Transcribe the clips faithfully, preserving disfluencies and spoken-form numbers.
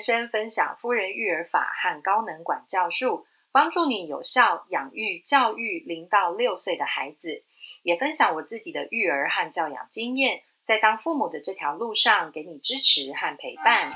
生分享夫人育儿法和高能管教术，帮助你有效养育教育零到六岁的孩子，也分享我自己的育儿和教养经验，在当父母的这条路上给你支持和陪伴。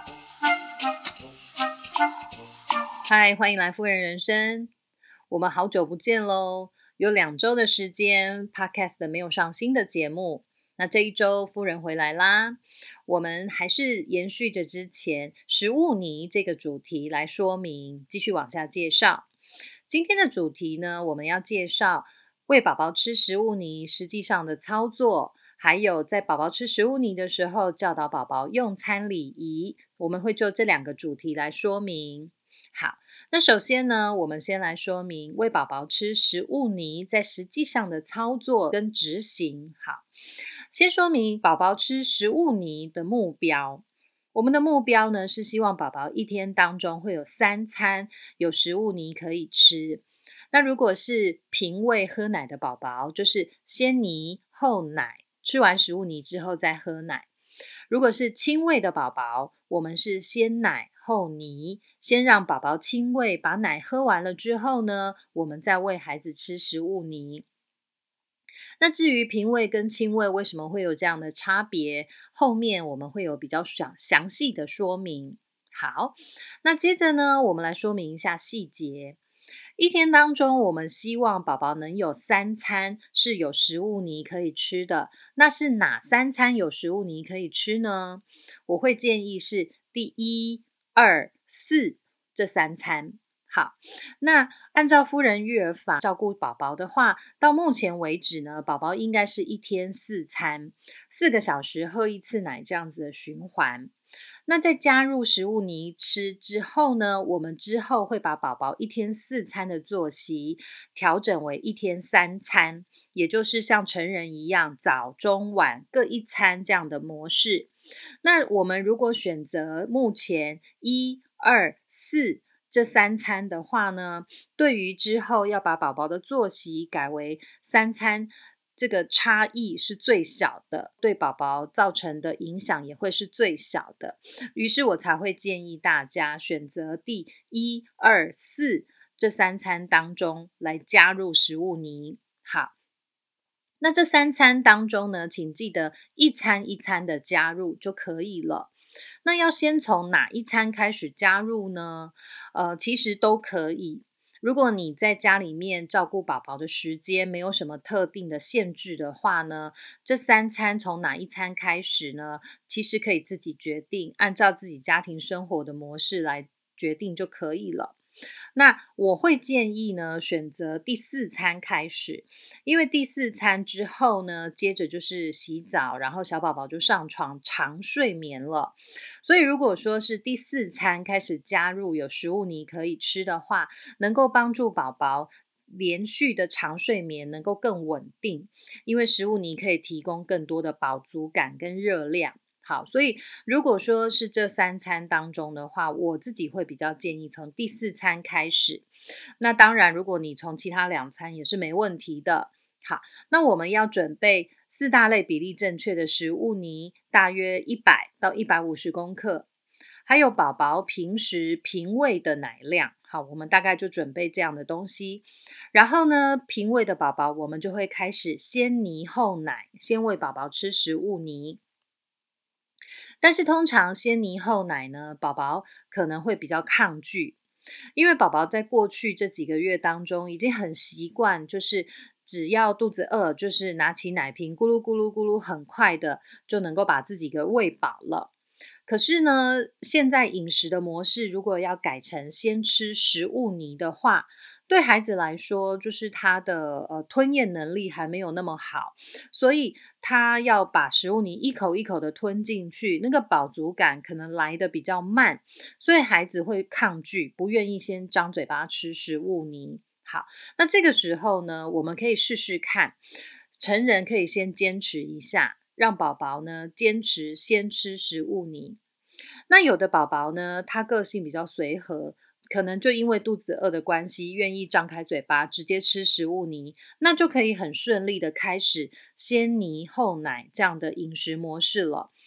嗨，欢迎来夫人人生，我们好久不见咯，有两周的时间 Podcast 没有上新的节目，那这一周夫人回来啦，我们还是延续着之前食物泥这个主题来说明，继续往下介绍。今天的主题呢，我们要介绍喂宝宝吃食物泥实际上的操作，还有在宝宝吃食物泥的时候教导宝宝用餐礼仪，我们会就这两个主题来说明。好，那首先呢，我们先来说明喂宝宝吃食物泥在实际上的操作跟执行。好，先说明宝宝吃食物泥的目标。我们的目标呢，是希望宝宝一天当中会有三餐有食物泥可以吃。那如果是平喂喝奶的宝宝，就是先泥后奶，吃完食物泥之后再喝奶。如果是亲喂的宝宝，我们是先奶后泥，先让宝宝亲喂，把奶喝完了之后呢，我们再喂孩子吃食物泥。那至于平喂跟亲喂为什么会有这样的差别，后面我们会有比较详细的说明。好，那接着呢，我们来说明一下细节。一天当中，我们希望宝宝能有三餐是有食物泥可以吃的。那是哪三餐有食物泥可以吃呢？我会建议是第一、二、四这三餐。好，那按照夫人育儿法照顾宝宝的话，到目前为止呢，宝宝应该是一天四餐，四个小时喝一次奶这样子的循环。那在加入食物泥吃之后呢，我们之后会把宝宝一天四餐的作息调整为一天三餐，也就是像成人一样早中晚各一餐这样的模式。那我们如果选择目前一、二、四这三餐的话呢，对于之后要把宝宝的作息改为三餐，这个差异是最小的，对宝宝造成的影响也会是最小的。于是我才会建议大家选择第一、二、四这三餐当中来加入食物泥。好，那这三餐当中呢，请记得一餐一餐的加入就可以了。那要先从哪一餐开始加入呢？呃，其实都可以。如果你在家里面照顾宝宝的时间没有什么特定的限制的话呢，这三餐从哪一餐开始呢？其实可以自己决定，按照自己家庭生活的模式来决定就可以了。那我会建议呢，选择第四餐开始，因为第四餐之后呢，接着就是洗澡，然后小宝宝就上床长睡眠了。所以如果说是第四餐开始加入有食物泥可以吃的话，能够帮助宝宝连续的长睡眠能够更稳定，因为食物泥可以提供更多的饱足感跟热量。好，所以如果说是这三餐当中的话，我自己会比较建议从第四餐开始。那当然，如果你从其他两餐也是没问题的。好，那我们要准备四大类比例正确的食物泥，大约一百到一百五十公克，还有宝宝平时平喂的奶量。好，我们大概就准备这样的东西。然后呢，平喂的宝宝我们就会开始先泥后奶，先喂宝宝吃食物泥。但是通常先泥后奶呢，宝宝可能会比较抗拒，因为宝宝在过去这几个月当中已经很习惯，就是只要肚子饿，就是拿起奶瓶咕噜咕噜咕噜很快的就能够把自己给喂饱了。可是呢，现在饮食的模式如果要改成先吃食物泥的话，对孩子来说，就是他的呃吞咽能力还没有那么好，所以他要把食物泥一口一口的吞进去，那个饱足感可能来得比较慢，所以孩子会抗拒，不愿意先张嘴巴吃食物泥。好，那这个时候呢，我们可以试试看，成人可以先坚持一下，让宝宝呢坚持先吃食物泥。那有的宝宝呢，他个性比较随和，可能就因为肚子饿的关系，愿意张开嘴巴直接吃食物泥，那就可以很顺利的开始先泥后奶这样的饮食模式了。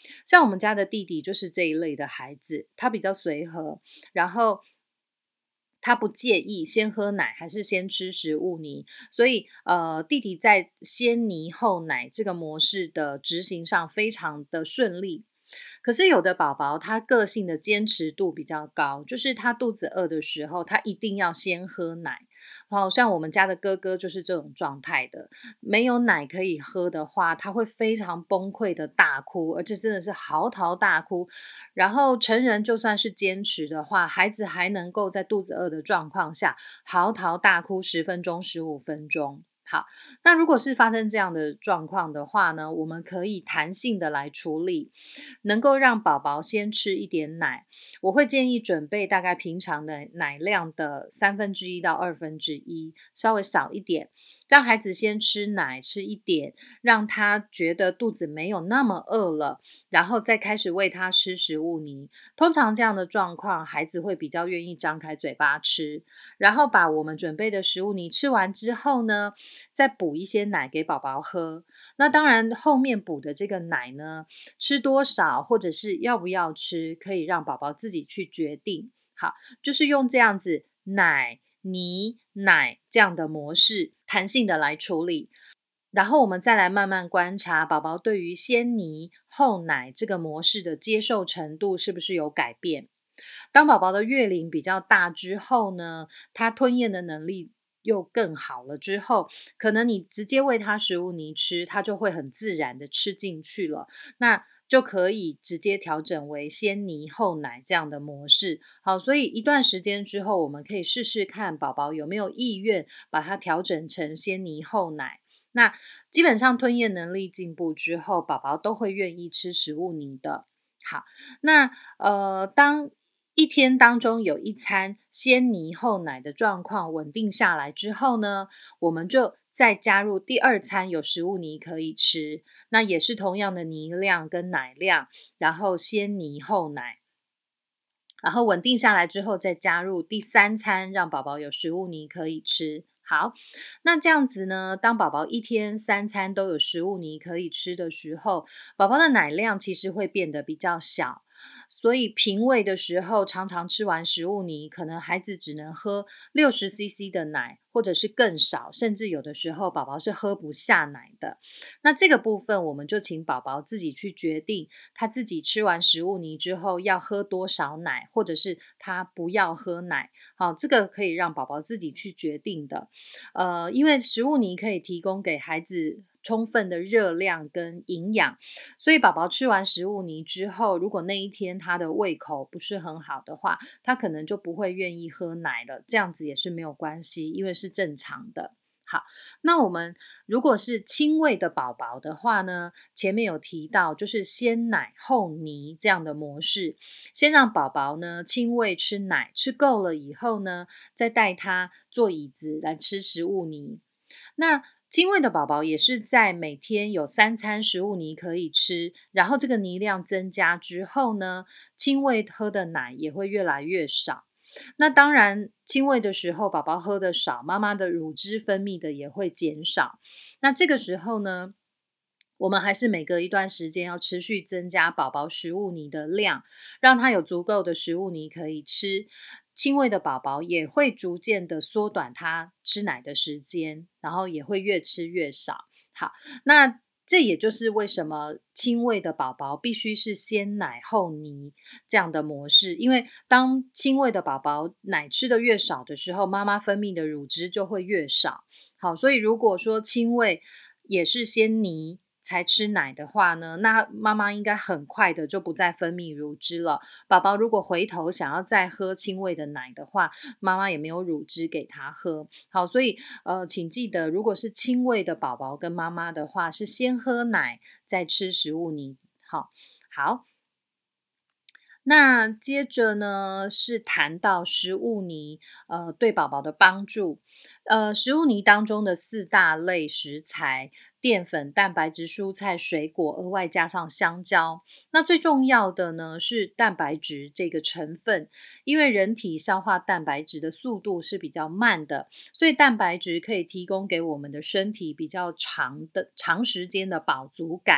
像我们家的弟弟就是这一类的孩子，他比较随和，然后他不介意先喝奶还是先吃食物泥，所以呃，弟弟在先泥后奶这个模式的执行上非常的顺利。可是有的宝宝他个性的坚持度比较高，就是他肚子饿的时候，他一定要先喝奶。好像我们家的哥哥就是这种状态的，没有奶可以喝的话，他会非常崩溃的大哭，而且真的是嚎啕大哭。然后成人就算是坚持的话，孩子还能够在肚子饿的状况下嚎啕大哭十分钟、十五分钟。好，那如果是发生这样的状况的话呢，我们可以弹性的来处理，能够让宝宝先吃一点奶。我会建议准备大概平常的奶量的三分之一到二分之一，稍微少一点，让孩子先吃奶吃一点，让他觉得肚子没有那么饿了，然后再开始喂他吃食物泥。通常这样的状况，孩子会比较愿意张开嘴巴吃，然后把我们准备的食物泥吃完之后呢，再补一些奶给宝宝喝。那当然后面补的这个奶呢，吃多少或者是要不要吃，可以让宝宝自己去决定。好，就是用这样子奶泥奶这样的模式弹性的来处理，然后我们再来慢慢观察宝宝对于先泥后奶这个模式的接受程度是不是有改变。当宝宝的月龄比较大之后呢，他吞咽的能力又更好了之后，可能你直接喂他食物泥吃，他就会很自然的吃进去了，那就可以直接调整为先泥后奶这样的模式。好，所以一段时间之后，我们可以试试看宝宝有没有意愿把它调整成先泥后奶。那基本上吞咽能力进步之后，宝宝都会愿意吃食物泥的。好，那呃，当一天当中有一餐先泥后奶的状况稳定下来之后呢，我们就再加入第二餐有食物泥可以吃，那也是同样的泥量跟奶量，然后先泥后奶，然后稳定下来之后再加入第三餐，让宝宝有食物泥可以吃。好，那这样子呢，当宝宝一天三餐都有食物泥可以吃的时候，宝宝的奶量其实会变得比较小，所以平喂的时候常常吃完食物泥，可能孩子只能喝 六十 C C 的奶，或者是更少，甚至有的时候宝宝是喝不下奶的。那这个部分我们就请宝宝自己去决定，他自己吃完食物泥之后要喝多少奶，或者是他不要喝奶。好，这个可以让宝宝自己去决定的。呃，因为食物泥可以提供给孩子充分的热量跟营养，所以宝宝吃完食物泥之后，如果那一天他的胃口不是很好的话，他可能就不会愿意喝奶了，这样子也是没有关系，因为是正常的。好，那我们如果是亲喂的宝宝的话呢，前面有提到就是先奶后泥这样的模式，先让宝宝呢亲喂吃奶，吃够了以后呢，再带他坐椅子来吃食物泥。那亲喂的宝宝也是在每天有三餐食物泥可以吃，然后这个泥量增加之后呢，亲喂喝的奶也会越来越少。那当然亲喂的时候宝宝喝的少，妈妈的乳汁分泌的也会减少。那这个时候呢，我们还是每隔一段时间要持续增加宝宝食物泥的量，让他有足够的食物泥可以吃。亲喂的宝宝也会逐渐的缩短他吃奶的时间，然后也会越吃越少。好，那这也就是为什么亲喂的宝宝必须是先奶后泥这样的模式，因为当亲喂的宝宝奶吃的越少的时候，妈妈分泌的乳汁就会越少。好，所以如果说亲喂也是先泥才吃奶的话呢，那妈妈应该很快的就不再分泌乳汁了。宝宝如果回头想要再喝亲喂的奶的话，妈妈也没有乳汁给他喝。好，所以呃，请记得，如果是亲喂的宝宝跟妈妈的话，是先喝奶再吃食物泥。好，好。那接着呢，是谈到食物泥呃对宝宝的帮助。呃，食物泥当中的四大类食材，淀粉、蛋白质、蔬菜、水果，额外加上香蕉。那最重要的呢是蛋白质这个成分，因为人体消化蛋白质的速度是比较慢的，所以蛋白质可以提供给我们的身体比较长的长时间的饱足感。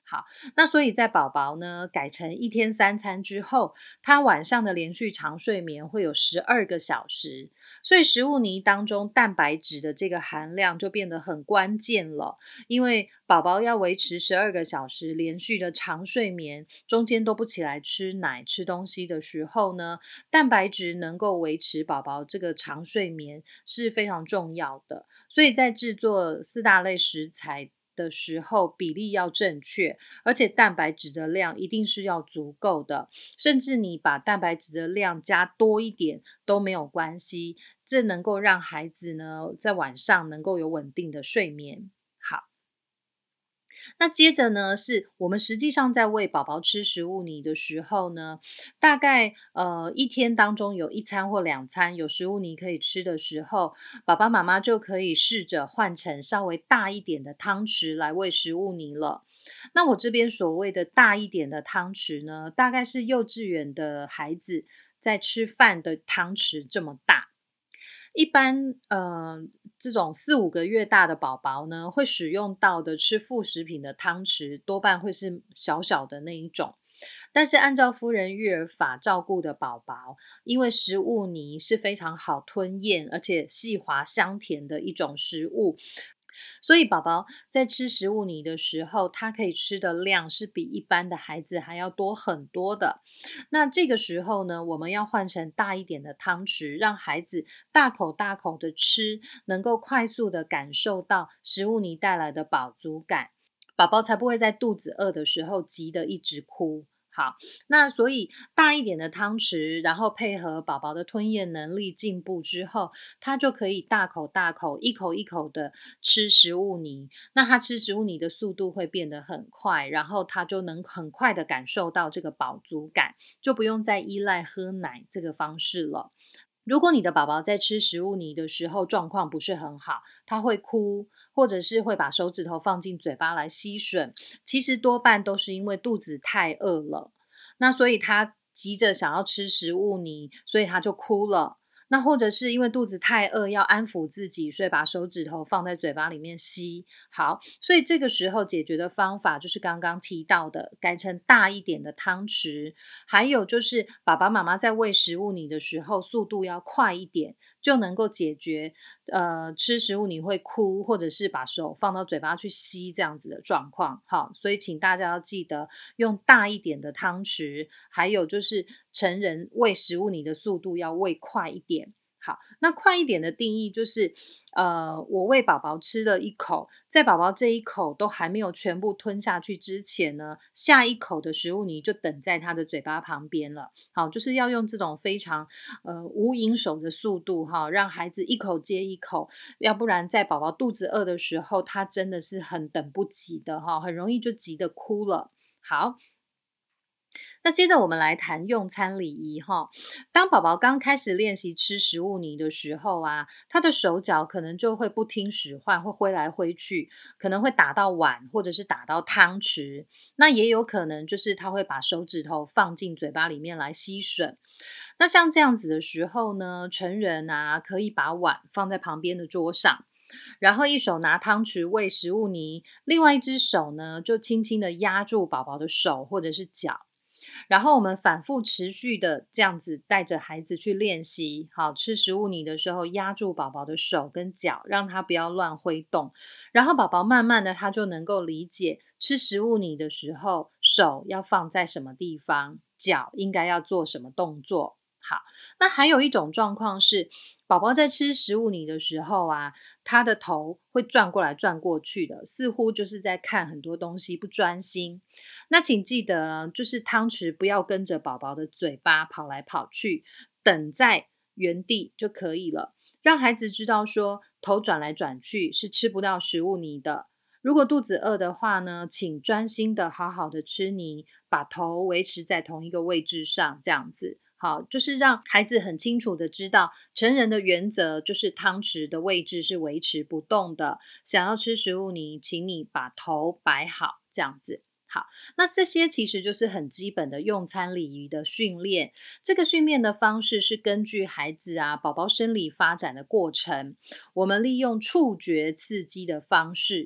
好，那所以在宝宝呢改成一天三餐之后，他晚上的连续长睡眠会有十二个小时，所以食物泥当中蛋白质的这个含量就变得很关键了。因为宝宝要维持十二个小时连续的长睡眠，中间都不起来吃奶吃东西的时候呢，蛋白质能够维持宝宝这个长睡眠是非常重要的。所以在制作四大类食材的时候比例要正确，而且蛋白质的量一定是要足够的，甚至你把蛋白质的量加多一点都没有关系，这能够让孩子呢在晚上能够有稳定的睡眠。好，那接着呢，是我们实际上在喂宝宝吃食物泥的时候呢，大概呃一天当中有一餐或两餐有食物泥可以吃的时候，爸爸妈妈就可以试着换成稍微大一点的汤匙来喂食物泥了。那我这边所谓的大一点的汤匙呢，大概是幼稚园的孩子在吃饭的汤匙这么大。一般呃，这种四五个月大的宝宝呢，会使用到的吃副食品的汤匙多半会是小小的那一种。但是按照夫人育儿法照顾的宝宝，因为食物泥是非常好吞咽而且细滑香甜的一种食物，所以宝宝在吃食物泥的时候，他可以吃的量是比一般的孩子还要多很多的。那这个时候呢，我们要换成大一点的汤匙，让孩子大口大口的吃，能够快速的感受到食物泥带来的饱足感，宝宝才不会在肚子饿的时候急得一直哭。好，那所以大一点的汤匙，然后配合宝宝的吞咽能力进步之后，他就可以大口大口一口一口的吃食物泥。那他吃食物泥的速度会变得很快，然后他就能很快的感受到这个饱足感，就不用再依赖喝奶这个方式了。如果你的宝宝在吃食物泥的时候状况不是很好，他会哭，或者是会把手指头放进嘴巴来吸吮，其实多半都是因为肚子太饿了，那所以他急着想要吃食物泥，所以他就哭了。那或者是因为肚子太饿要安抚自己，所以把手指头放在嘴巴里面吸。好，所以这个时候解决的方法就是刚刚提到的，改成大一点的汤匙，还有就是爸爸妈妈在喂食物泥的时候速度要快一点，就能够解决呃吃食物你会哭，或者是把手放到嘴巴去吸这样子的状况。好，所以请大家要记得用大一点的汤匙，还有就是成人喂食物泥的速度要喂快一点。好，那快一点的定义就是呃，我喂宝宝吃了一口，在宝宝这一口都还没有全部吞下去之前呢，下一口的食物泥就等在他的嘴巴旁边了。好，就是要用这种非常呃无影手的速度哈，让孩子一口接一口，要不然在宝宝肚子饿的时候，他真的是很等不及的哈，很容易就急得哭了。好，那接着我们来谈用餐礼仪哈。当宝宝刚开始练习吃食物泥的时候啊，他的手脚可能就会不听使唤，会挥来挥去，可能会打到碗或者是打到汤匙。那也有可能就是他会把手指头放进嘴巴里面来吸吮。那像这样子的时候呢，成人啊可以把碗放在旁边的桌上，然后一手拿汤匙喂食物泥，另外一只手呢就轻轻的压住宝宝的手或者是脚。然后我们反复持续的这样子带着孩子去练习，好，吃食物泥的时候压住宝宝的手跟脚，让他不要乱挥动，然后宝宝慢慢的他就能够理解吃食物泥的时候手要放在什么地方，脚应该要做什么动作。好，那还有一种状况是宝宝在吃食物泥的时候啊，他的头会转过来转过去的，似乎就是在看很多东西，不专心。那请记得，就是汤匙不要跟着宝宝的嘴巴跑来跑去，等在原地就可以了。让孩子知道说，头转来转去是吃不到食物泥的。如果肚子饿的话呢，请专心的好好的吃泥，把头维持在同一个位置上，这样子。好，就是让孩子很清楚的知道，成人的原则就是汤匙的位置是维持不动的。想要吃食物泥，请你把头摆好，这样子。好，那这些其实就是很基本的用餐礼仪的训练。这个训练的方式是根据孩子啊宝宝生理发展的过程，我们利用触觉刺激的方式。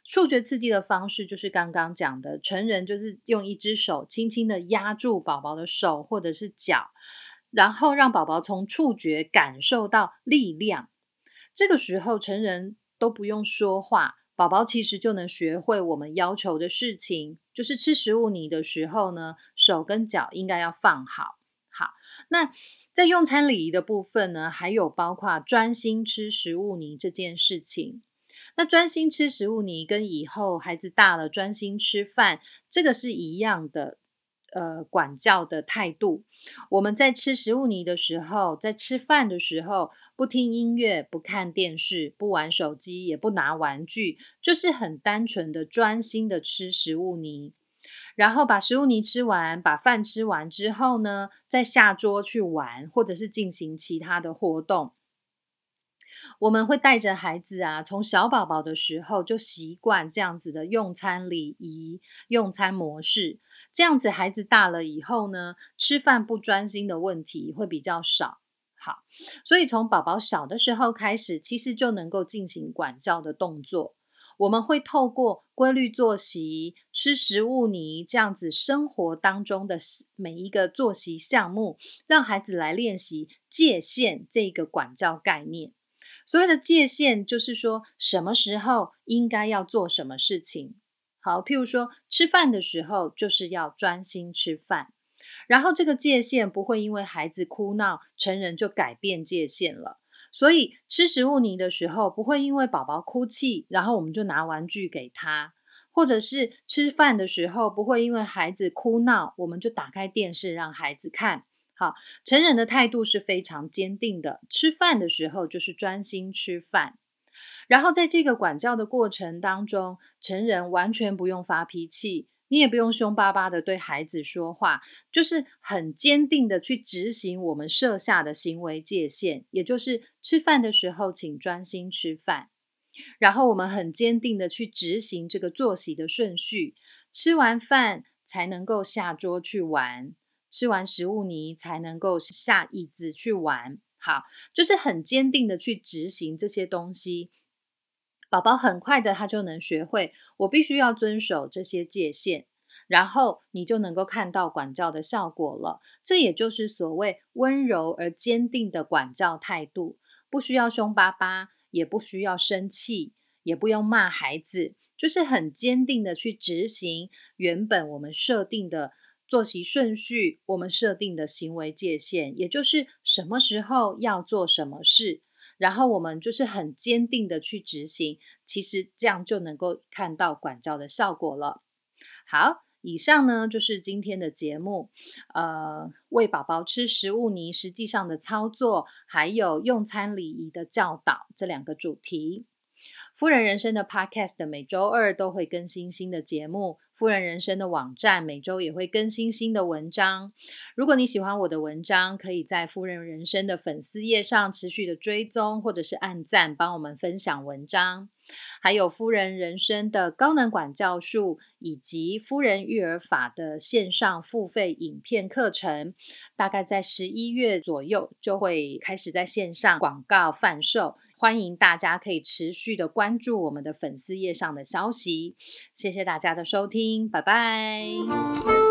触觉刺激的方式就是刚刚讲的，成人就是用一只手轻轻的压住宝宝的手或者是脚，然后让宝宝从触觉感受到力量。这个时候成人都不用说话，宝宝其实就能学会我们要求的事情，就是吃食物泥的时候呢，手跟脚应该要放好。好，那在用餐礼仪的部分呢，还有包括专心吃食物泥这件事情。那专心吃食物泥跟以后孩子大了专心吃饭，这个是一样的呃，管教的态度。我们在吃食物泥的时候，在吃饭的时候，不听音乐，不看电视，不玩手机，也不拿玩具，就是很单纯的专心的吃食物泥。然后把食物泥吃完，把饭吃完之后呢，再下桌去玩，或者是进行其他的活动。我们会带着孩子啊，从小宝宝的时候就习惯这样子的用餐礼仪、用餐模式。这样子孩子大了以后呢，吃饭不专心的问题会比较少。好，所以从宝宝小的时候开始，其实就能够进行管教的动作。我们会透过规律作息、吃食物泥这样子生活当中的每一个作息项目，让孩子来练习界限这个管教概念。所谓的界限就是说什么时候应该要做什么事情。好，譬如说吃饭的时候就是要专心吃饭，然后这个界限不会因为孩子哭闹，成人就改变界限了。所以吃食物泥的时候不会因为宝宝哭泣，然后我们就拿玩具给他，或者是吃饭的时候不会因为孩子哭闹，我们就打开电视让孩子看。好，成人的态度是非常坚定的，吃饭的时候就是专心吃饭。然后在这个管教的过程当中，成人完全不用发脾气，你也不用凶巴巴的对孩子说话，就是很坚定的去执行我们设下的行为界限，也就是吃饭的时候请专心吃饭。然后我们很坚定的去执行这个作息的顺序，吃完饭才能够下桌去玩，吃完食物泥才能够下椅子去玩。好，就是很坚定的去执行这些东西。宝宝很快的他就能学会，我必须要遵守这些界限，然后你就能够看到管教的效果了。这也就是所谓温柔而坚定的管教态度，不需要凶巴巴，也不需要生气，也不用骂孩子，就是很坚定的去执行原本我们设定的作息顺序，我们设定的行为界限，也就是什么时候要做什么事，然后我们就是很坚定的去执行，其实这样就能够看到管教的效果了。好，以上呢就是今天的节目，呃，喂宝宝吃食物泥实际上的操作，还有用餐礼仪的教导这两个主题。夫人人生的 Podcast 每周二都会更新新的节目，夫人人生的网站每周也会更新新的文章。如果你喜欢我的文章，可以在夫人人生的粉丝页上持续的追踪，或者是按赞帮我们分享文章。还有夫人人生的高能管教术，以及夫人育儿法的线上付费影片课程，大概在十一月左右就会开始在线上广告贩售，欢迎大家可以持续的关注我们的粉丝页上的消息。谢谢大家的收听，拜拜。